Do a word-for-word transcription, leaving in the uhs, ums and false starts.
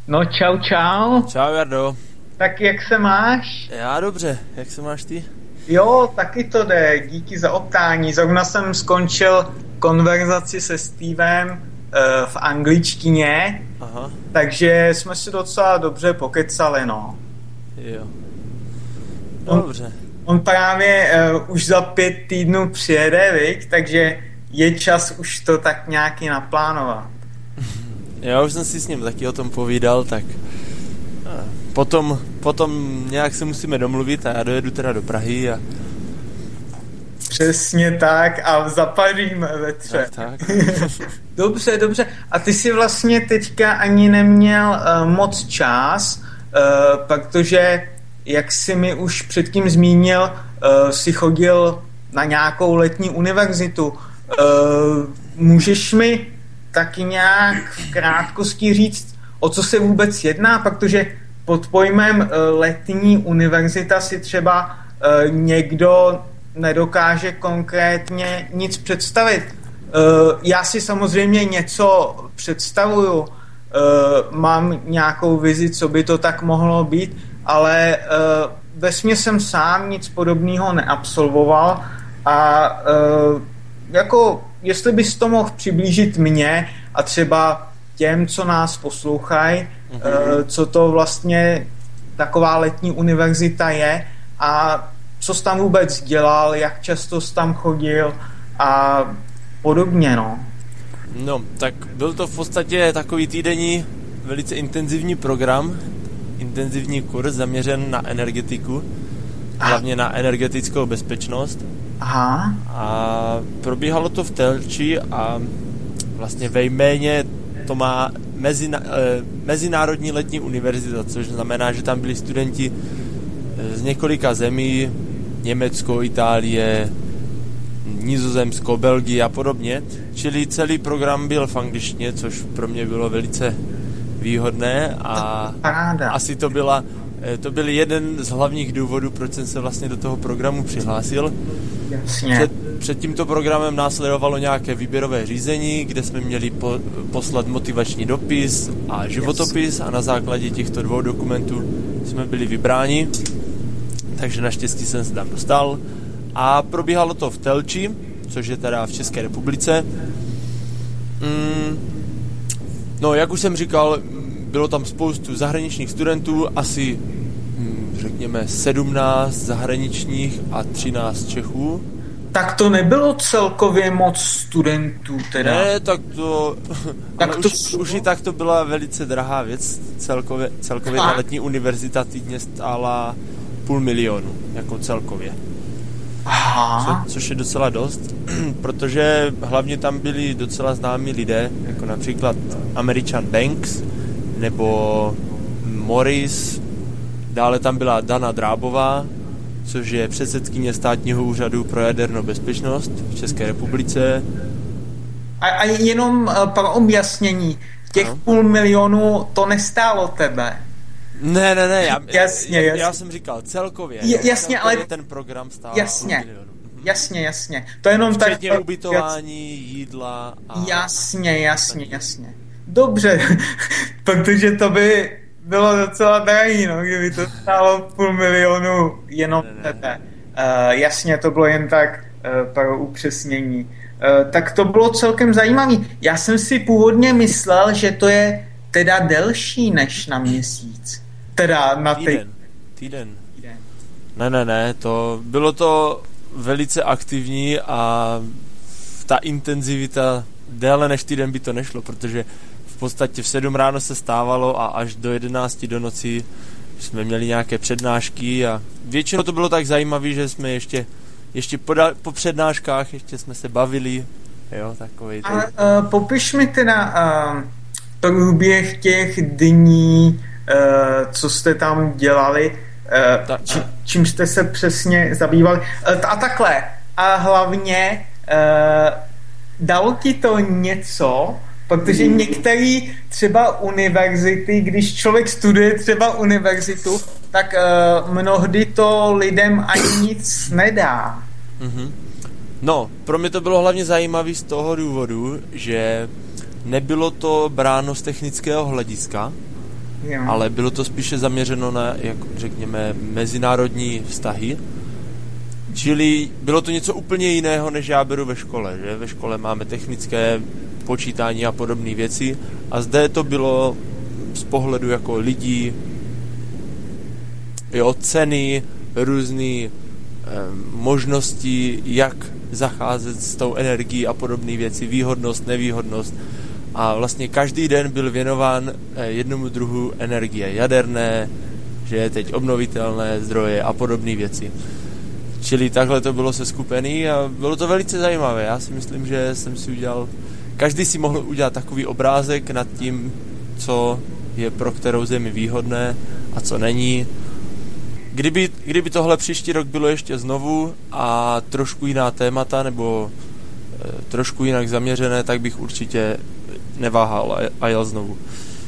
No čau, čau. Čau, Jardo. Tak jak se máš? Já dobře, jak se máš ty? Jo, taky to jde, díky za optání. Zrovna jsem skončil konverzaci se Stevem uh, v angličtině, Aha. Takže jsme si docela dobře pokecali, no. Jo. Dobře. On, on právě uh, už za pět týdnů přijede, viď? Takže je čas už to tak nějaký naplánovat. Já už jsem si s ním taky o tom povídal, tak potom, potom nějak se musíme domluvit a já dojedu teda do Prahy a... Přesně tak a zapadíme ve třech. Tak, tak. Dobře, dobře. A ty si vlastně teďka ani neměl uh, moc čas, uh, protože, jak jsi mi už předtím zmínil, uh, si chodil na nějakou letní univerzitu. Uh, můžeš mi taky nějak v krátkosti říct, o co se vůbec jedná, protože pod pojmem uh, letní univerzita si třeba uh, někdo nedokáže konkrétně nic představit. Uh, já si samozřejmě něco představuju, uh, mám nějakou vizi, co by to tak mohlo být, ale uh, vesměs jsem sám nic podobného neabsolvoval a uh, jako jestli bys to mohl přiblížit mně a třeba těm, co nás poslouchají, mm-hmm. uh, co to vlastně taková letní univerzita je a co jsi tam vůbec dělal, jak často jsi tam chodil a podobně, no. No, tak byl to v podstatě takový týdenní velice intenzivní program, intenzivní kurz zaměřen na energetiku, hlavně na energetickou bezpečnost. Aha. A probíhalo to v Telči a vlastně ve jméně to má mezina, eh, Mezinárodní letní univerzita, což znamená, že tam byli studenti z několika zemí, Německo, Itálie, Nizozemsko, Belgie a podobně. Čili celý program byl v angličtině, což pro mě bylo velice výhodné a Paráda. asi to byla to byl jeden z hlavních důvodů, proč jsem se vlastně do toho programu přihlásil. Jasně. Před, před tímto programem následovalo nějaké výběrové řízení, kde jsme měli po, poslat motivační dopis a životopis a na základě těchto dvou dokumentů jsme byli vybráni, takže naštěstí jsem se tam dostal a probíhalo to v Telči, což je teda v České republice. Mm, no, jak už jsem říkal, bylo tam spoustu zahraničních studentů, asi řekněme sedmnáct zahraničních a třináct Čechů. Tak to nebylo celkově moc studentů teda? Ne, tak to... Tak to... Už, už i tak to byla velice drahá věc. Celkově, celkově ta letní univerzita týdně stála půl milionu, jako celkově. Aha. Co, což je docela dost, protože hlavně tam byli docela známí lidé, jako například Američan Banks, nebo Morris, dále tam byla Dana Drábová, což je předsedkyně státního úřadu pro jadernou bezpečnost v České republice. A, a jenom uh, pro objasnění, těch no. půl milionu to nestálo tebe. Ne, ne, ne, já, jasně, já, jasně. já jsem říkal celkově. Je, jasně, celkově ale ten program stál jasně, půl milionu. Jasně, jasně. To jenom tak... Včetně ubytování, jídla a... Jasně, jasně, jasně. Dobře, protože to by bylo docela drahý, no, kdyby to stálo půl milionu jenom ne, ne. tebe. Uh, jasně, to bylo jen tak uh, pro upřesnění. Uh, tak to bylo celkem zajímavý. Já jsem si původně myslel, že to je teda delší než na měsíc. Teda na ty... Týden. Týden. Týden. Ne, ne, ne, to bylo to velice aktivní a ta intenzivita déle než týden by to nešlo, protože v podstatě v sedm ráno se stávalo a až do jedenácti do noci jsme měli nějaké přednášky a většinou to bylo tak zajímavé, že jsme ještě, ještě po, po přednáškách ještě jsme se bavili, jo, takovej. Ale uh, popiš mi teda uh, průběh těch dní, uh, co jste tam dělali, uh, Ta, či, čím jste se přesně zabývali. Uh, a takhle, a hlavně uh, dalo ti to něco, protože některé třeba univerzity, když člověk studuje třeba univerzitu, tak uh, mnohdy to lidem ani nic nedá. Mm-hmm. No, pro mě to bylo hlavně zajímavé z toho důvodu, že nebylo to bráno z technického hlediska, Jo. Ale bylo to spíše zaměřeno na, jak řekněme, mezinárodní vztahy. Čili bylo to něco úplně jiného, než já beru ve škole, že? Ve škole máme technické počítání a podobné věci a zde to bylo z pohledu jako lidí, jo, ceny, různé eh, možnosti, jak zacházet s tou energií a podobné věci, výhodnost, nevýhodnost. A vlastně každý den byl věnován eh, jednomu druhu energie, jaderné, že je teď obnovitelné zdroje a podobné věci. Čili takhle to bylo seskupený a bylo to velice zajímavé. Já si myslím, že jsem si udělal, každý si mohl udělat takový obrázek nad tím, co je pro kterou zemi výhodné a co není. Kdyby, kdyby tohle příští rok bylo ještě znovu a trošku jiná témata nebo e, trošku jinak zaměřené, tak bych určitě neváhal a, a jel znovu.